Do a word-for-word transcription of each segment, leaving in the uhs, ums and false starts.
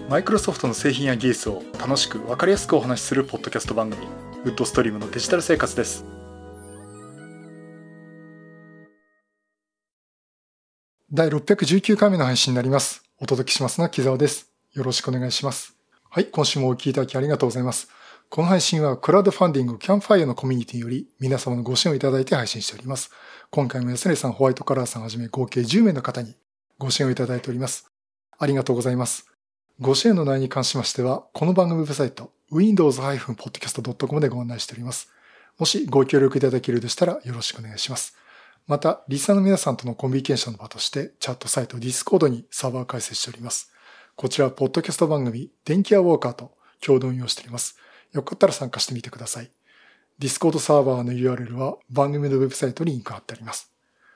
マイクロソフトの製品や技術を楽しく分かりやすくお話しするポッドキャスト番組、ウッドストリームのデジタル生活です。だいろっぴゃくじゅうきゅうかいめの配信になります。お届けしますのは木澤です。よろしくお願いします。はい、今週もお聞きいただきありがとうございます。この配信はクラウドファンディングキャンプファイアのコミュニティにより皆様のご支援をいただいて配信しております。今回も安根さん、ホワイトカラーさんはじめ合計じゅうめいの方にご支援をいただいております。ありがとうございます。ご支援の内容に関しましては、この番組ウェブサイト、ウィンドウズ ポッドキャスト ドットコム でご案内しております。もしご協力いただけるでしたらよろしくお願いします。また、リスナーの皆さんとのコミュニケーションの場として、チャットサイト Discord にサーバー開設しております。こちらは、ポッドキャスト番組、電気屋ウォーカーと共同運用しております。よかったら参加してみてください。Discord サーバーの ユーアールエル は番組のウェブサイトにリンク貼ってあります。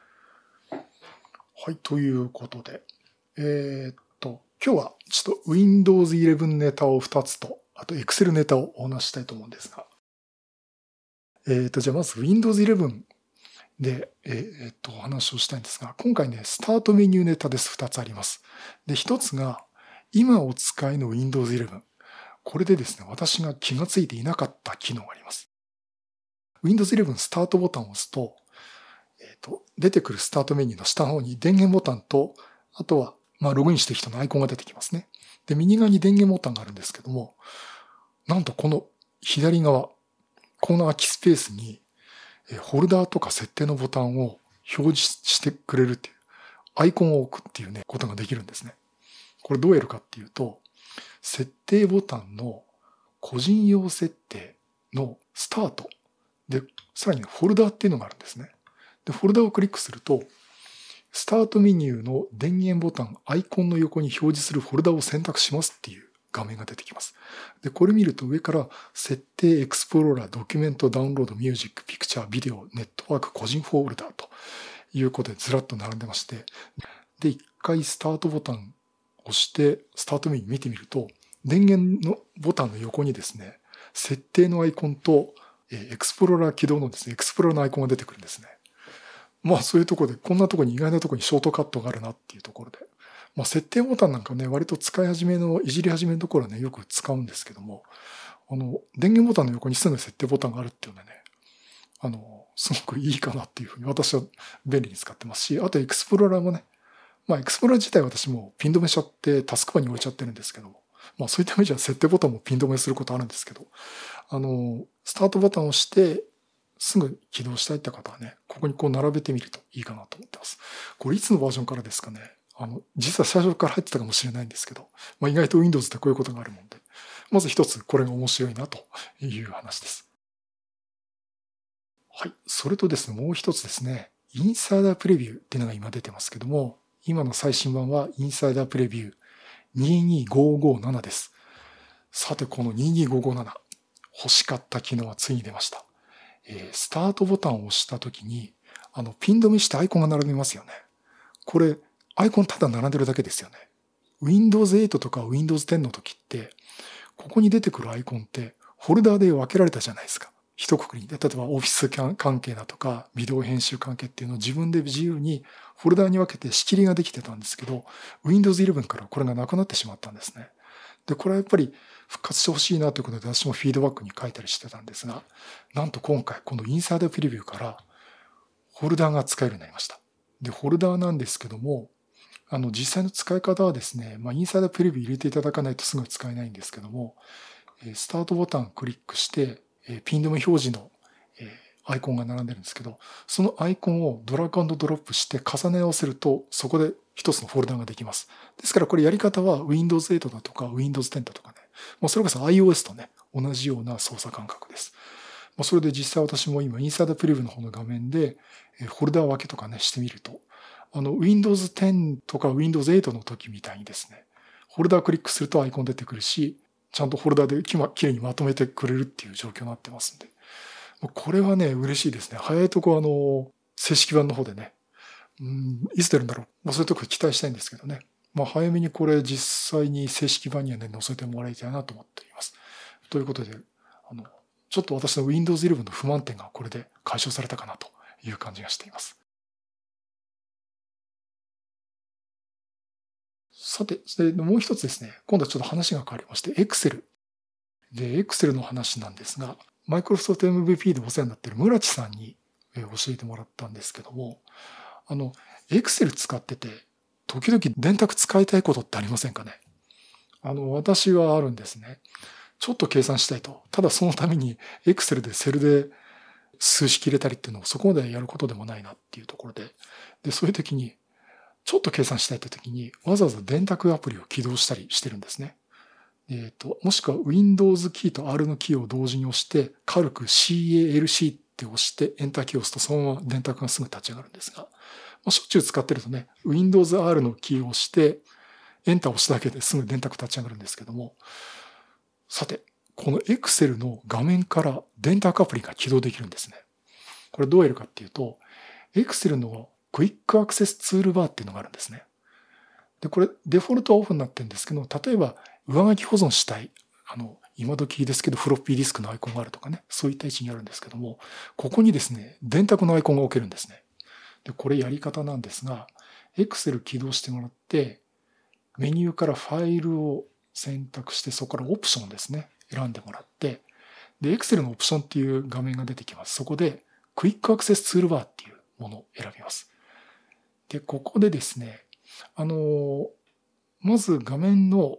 はい、ということで、えー、っと、今日はちょっと ウィンドウズイレブン ネタをふたつと、あと Excel ネタをお話ししたいと思うんですが、えー、っと、じゃあまず ウィンドウズイレブン で、えー、っと、お話をしたいんですが、今回ね、スタートメニューネタです。ふたつあります。で、ひとつが、今お使いの ウィンドウズイレブン。これでですね、私が気がついていなかった機能があります。ウィンドウズイレブン スタートボタンを押すと、えっと、出てくるスタートメニューの下の方に電源ボタンと、あとは、まあ、ログインしてる人のアイコンが出てきますね。で、右側に電源ボタンがあるんですけども、なんとこの左側、この空きスペースに、ホルダーとか設定のボタンを表示してくれるっていう、アイコンを置くっていうね、ことができるんですね。これどうやるかっていうと、設定ボタンの個人用設定のスタートで、さらにフォルダーっていうのがあるんですね。で、フォルダーをクリックすると、スタートメニューの電源ボタン、アイコンの横に表示するフォルダを選択しますっていう画面が出てきます。で、これ見ると上から設定、エクスプローラー、ドキュメント、ダウンロード、ミュージック、ピクチャー、ビデオ、ネットワーク、個人フォルダということでずらっと並んでまして、で、一回スタートボタンを押してスタートメニュー見てみると、電源のボタンの横にですね、設定のアイコンとエクスプローラー起動のですね、エクスプローラーのアイコンが出てくるんですね。まあそういうところで、こんなところに意外なところにショートカットがあるなっていうところで。まあ設定ボタンなんかね、割と使い始めの、いじり始めのところはね、よく使うんですけども、あの、電源ボタンの横にすぐ設定ボタンがあるっていうのでね、あの、すごくいいかなっていうふうに私は便利に使ってますし、あとエクスプローラーもね、まあエクスプローラー自体私もピン止めしちゃってタスクバーに置いちゃってるんですけども、まあそういった意味じゃ設定ボタンもピン止めすることあるんですけど、あの、スタートボタンを押して、すぐ起動したいって方はね、ここにこう並べてみるといいかなと思ってます。これいつのバージョンからですかね。あの、実は最初から入ってたかもしれないんですけど、まあ意外と Windows ってこういうことがあるもんで、まず一つこれが面白いなという話です。はい。それとですね、もう一つですね、インサイダープレビューっていうのが今出てますけども、今の最新版はインサイダープレビューにーにーごーごーななです。さて、このにーにーごーごーなな、欲しかった機能はついに出ました。スタートボタンを押したときに、あの、ピン止めしてアイコンが並びますよね。これ、アイコンただ並んでるだけですよね。ウィンドウズエイト とか ウィンドウズテン の時って、ここに出てくるアイコンって、フォルダーで分けられたじゃないですか。一括りに。例えば、オフィス関係だとか、ビデオ編集関係っていうのを自分で自由にフォルダーに分けて仕切りができてたんですけど、ウィンドウズイレブン からこれがなくなってしまったんですね。で、これはやっぱり復活してほしいなということで私もフィードバックに書いたりしてたんですが、なんと今回このインサイダープレビューからホルダーが使えるようになりました。で、ホルダーなんですけども、あの実際の使い方はですね、まあインサイダープレビュー入れていただかないとすぐ使えないんですけども、スタートボタンをクリックして、ピン止め表示のアイコンが並んでるんですけど、そのアイコンをドラッグ&ドロップして重ね合わせると、そこで一つのフォルダができます。ですからこれやり方は ウィンドウズエイト だとか ウィンドウズテン だとかね、もうそれこそ iOS とね、同じような操作感覚です。それで実際私も今インサイダープレビューの方の画面でフォルダ分けとかね、してみると、あの ウィンドウズテン とか ウィンドウズエイト の時みたいにですね、フォルダクリックするとアイコン出てくるし、ちゃんとフォルダできれいにまとめてくれるっていう状況になってますんで、これはね、嬉しいですね。早いとこあの、正式版の方でね、うん、いつ出るんだろう。まあそういうとこ期待したいんですけどね。まあ早めにこれ実際に正式版にはね、載せてもらいたいなと思っています。ということで、あの、ちょっと私の ウィンドウズイレブン の不満点がこれで解消されたかなという感じがしています。 さて、でもう一つですね、今度はちょっと話が変わりまして、Excel。で、Excel の話なんですが、Microsoft エムブイピー でお世話になっている村地さんに教えてもらったんですけども、あの、Excel 使ってて、時々電卓使いたいことってありませんかね？あの、私はあるんですね。ちょっと計算したいと。ただそのために Excel でセルで数式入れたりっていうのをそこまでやることでもないなっていうところで、で、そういう時に、ちょっと計算したいって時に、わざわざ電卓アプリを起動したりしてるんですね。えっと、もしくは Windows キーと R のキーを同時に押して、軽く シーエーエルシー って押して、エンターキーを押すとそのまま電卓がすぐ立ち上がるんですが、しょっちゅう使ってるとね、Windows R のキーを押して、エンターを押すだけですぐ電卓立ち上がるんですけども、さて、この Excel の画面から電卓アプリが起動できるんですね。これどうやるかっていうと、Excel のクイックアクセスツールバーっていうのがあるんですね。で、これデフォルトはオフになってるんですけど、例えば上書き保存したい、あの、今時ですけどフロッピーディスクのアイコンがあるとかね、そういった位置にあるんですけども、ここにですね、電卓のアイコンが置けるんですね。で、これやり方なんですが、Excel 起動してもらって、メニューからファイルを選択して、そこからオプションですね、選んでもらって、で、Excel のオプションっていう画面が出てきます。そこで、クイックアクセスツールバーっていうものを選びます。で、ここでですね、あの、まず画面の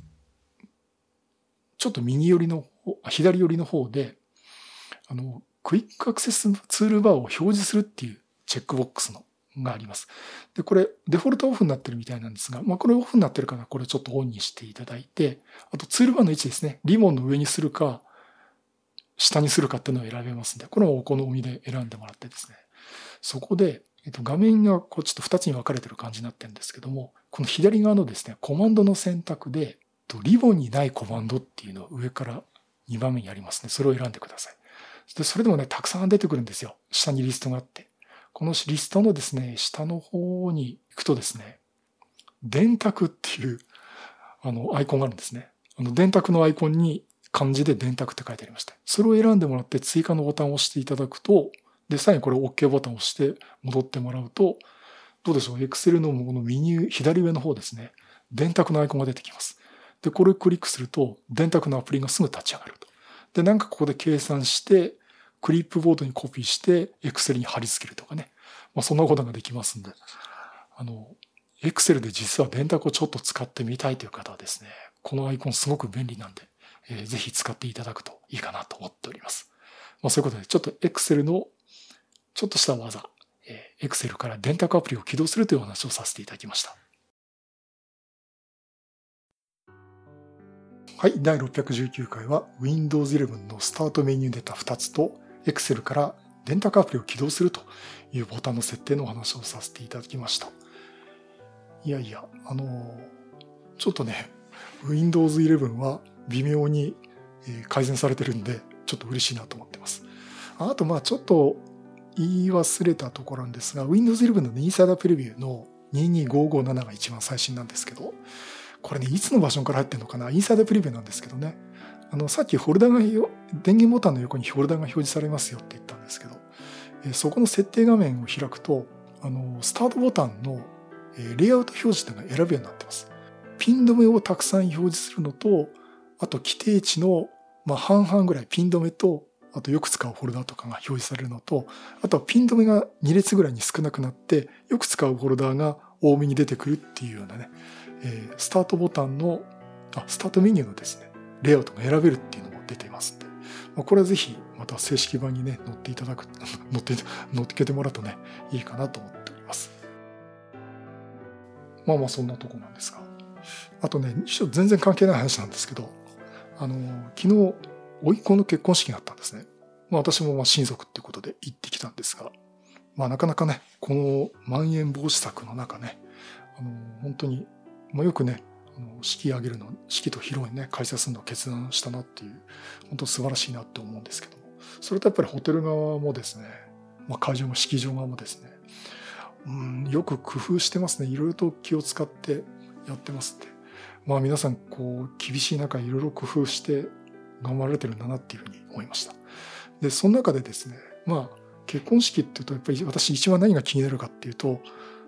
ちょっと右寄りの、左寄りの方で、あの、クイックアクセスツールバーを表示するっていうチェックボックスのがあります。で、これデフォルトオフになってるみたいなんですが、まあこれオフになってるからこれちょっとオンにしていただいて、あとツールバーの位置ですね、リボンの上にするか、下にするかっていうのを選べますんで、これはお好みで選んでもらってですね、そこで、えっと、画面がこうちょっとふたつに分かれてる感じになってるんですけども、この左側のですね、コマンドの選択で、リボンにないコマンドっていうのを上からにばんめにありますね。それを選んでください。で、それでもね、たくさん出てくるんですよ。下にリストがあって。このリストのですね、下の方に行くとですね、電卓っていう、あの、アイコンがあるんですね。あの、電卓のアイコンに漢字で電卓って書いてありまして、それを選んでもらって追加のボタンを押していただくと、で、さらにこれ OK ボタンを押して戻ってもらうと、どうでしょう、Excel のこのメニュー、左上の方ですね、電卓のアイコンが出てきます。で、これをクリックすると、電卓のアプリがすぐ立ち上がると。で、なんかここで計算して、クリップボードにコピーして、Excel に貼り付けるとかね。まあ、そんなことができますんで、あの、Excel で実は電卓をちょっと使ってみたいという方はですね、このアイコンすごく便利なんで、えー、ぜひ使っていただくといいかなと思っております。まあ、そういうことで、ちょっと Excel のちょっとした技、えー、Excel から電卓アプリを起動するというお話をさせていただきました。はい、だいろっぴゃくじゅうきゅうかいは Windows イレブンのスタートメニューデータふたつと Excel から電卓アプリを起動するというボタンの設定のお話をさせていただきました。いやいや、あの、ちょっとね、Windows イレブンは微妙に改善されてるんで、ちょっと嬉しいなと思ってます。あと、まあちょっと言い忘れたところなんですが、Windows イレブンのインサイダープレビューのにじゅうにごごななが一番最新なんですけど、これね、いつのバージョンから入ってるのかな、インサイダープレビューなんですけどね、あの、さっきフォルダが、電源ボタンの横にフォルダが表示されますよって言ったんですけど、えそこの設定画面を開くと、あの、スタートボタンのレイアウト表示というのが選ぶようになってます。ピン止めをたくさん表示するのと、あと規定値の、まあ、半々ぐらいピン止めと、あとよく使うフォルダとかが表示されるのと、あとはピン止めがに列ぐらいに少なくなって、よく使うフォルダが多めに出てくるっていうようなね、えー、スタートボタンの、あ、スタートメニューのですね、レイアウトが選べるっていうのも出ていますんで、まあ、これはぜひまた正式版にね、載っていただく、載って、載っけてもらうとね、いいかなと思っております。まあまあそんなとこなんですが。あとね、全然関係ない話なんですけど、あの、昨日、甥っ子の結婚式があったんですね。まあ私もまあ親族っていうことで行ってきたんですが、まあなかなかね、このまん延防止策の中ね、あの、本当に、まあよくね、あの式挙げるの、式と披露にね、開催するのを決断したなっていう、本当素晴らしいなって思うんですけども、それとやっぱりホテル側もですね、まあ会場も式場側もですね、うん、よく工夫してますね。いろいろと気を使ってやってますって。まあ皆さん、こう、厳しい中いろいろ工夫して頑張られてるんだなっていうふうに思いました。で、その中でですね、まあ、結婚式っていうと、やっぱり私一番何が気になるかっていうと、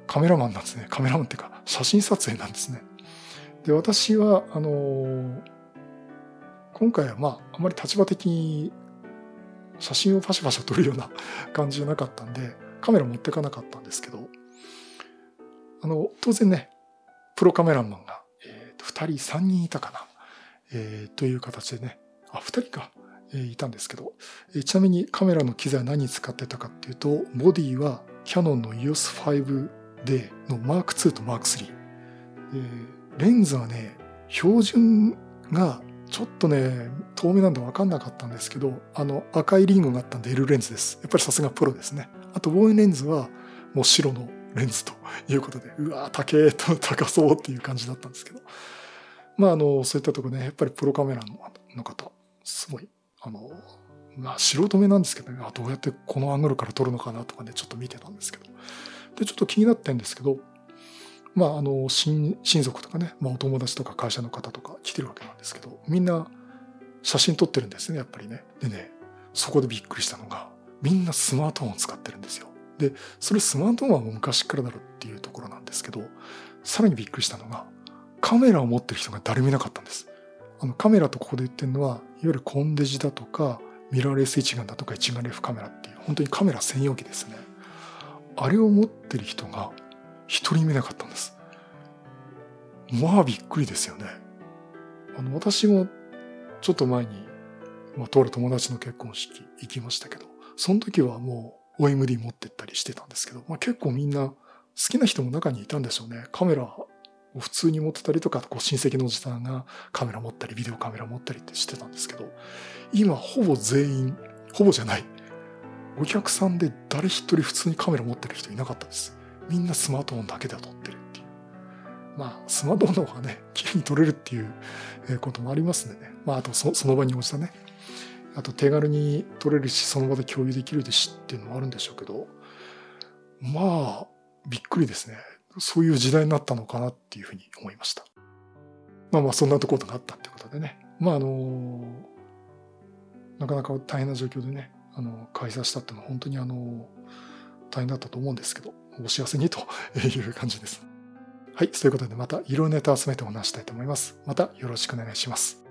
カメラマンなんですね。カメラマンっていうか、写真撮影なんですね。で、私は、あのー、今回はまあ、あまり立場的に写真をパシャパシャ撮るような感じじゃなかったんで、カメラ持ってかなかったんですけど、あの、当然ね、プロカメラマンが、えー、とふたり、さんにんいたかな、えー、という形でね、あ、ふたりか、えー、いたんですけど、えー、ちなみにカメラの機材は何使ってたかっていうと、ボディはキヤノンの イーオーエスファイブディー の マークツー と マークスリー。えー、レンズはね、標準がちょっとね、遠目なんで分かんなかったんですけど、あの赤いリングがあったんで L レンズです。やっぱりさすがプロですね。あと望遠レンズはもう白のレンズということで、うわー、高えと高そうっていう感じだったんですけど。まああの、そういったところね、やっぱりプロカメラの方、すごい、あの、まあ素人目なんですけどね、あ、どうやってこのアングルから撮るのかなとかね、ちょっと見てたんですけど。で、ちょっと気になってんですけど、まああの、親、親族とかね、まあお友達とか会社の方とか来てるわけなんですけど、みんな写真撮ってるんですね、やっぱりね。でね、そこでびっくりしたのが、みんなスマートフォンを使ってるんですよ。で、それスマートフォンはもう昔からだろうっていうところなんですけど、さらにびっくりしたのが、カメラを持ってる人が誰もいなかったんです。あのカメラとここで言ってるのは、いわゆるコンデジだとか、ミラーレス一眼だとか一眼レフカメラっていう、本当にカメラ専用機ですね。あれを持ってる人が一人もいなかったんです。まあびっくりですよね。あの、私もちょっと前に、まあ、とある友達の結婚式行きましたけど、その時はもう オーエムディー 持ってったりしてたんですけど、まあ、結構みんな好きな人も中にいたんでしょうね。カメラを普通に持ってたりとか、こう親戚のおじさんがカメラ持ったり、ビデオカメラ持ったりってしてたんですけど、今ほぼ全員、ほぼじゃない、お客さんで誰一人普通にカメラ持ってる人いなかったです。みんなスマートフォンだけで撮ってるっていう。まあ、スマートフォンの方がね、綺麗に撮れるっていうこともありますんでね。まあ、あとそ、その場に応じたね。あと手軽に撮れるし、その場で共有できるしっていうのもあるんでしょうけど、まあ、びっくりですね。そういう時代になったのかなっていうふうに思いました。まあまあ、そんなところがあったってことでね。まあ、あの、なかなか大変な状況でね、あの、開催したっていうのは本当にあの、大変だったと思うんですけど、お幸せにという感じです。はい、そういうことでまたいろいろネタ集めてお話したいと思います。またよろしくお願いします。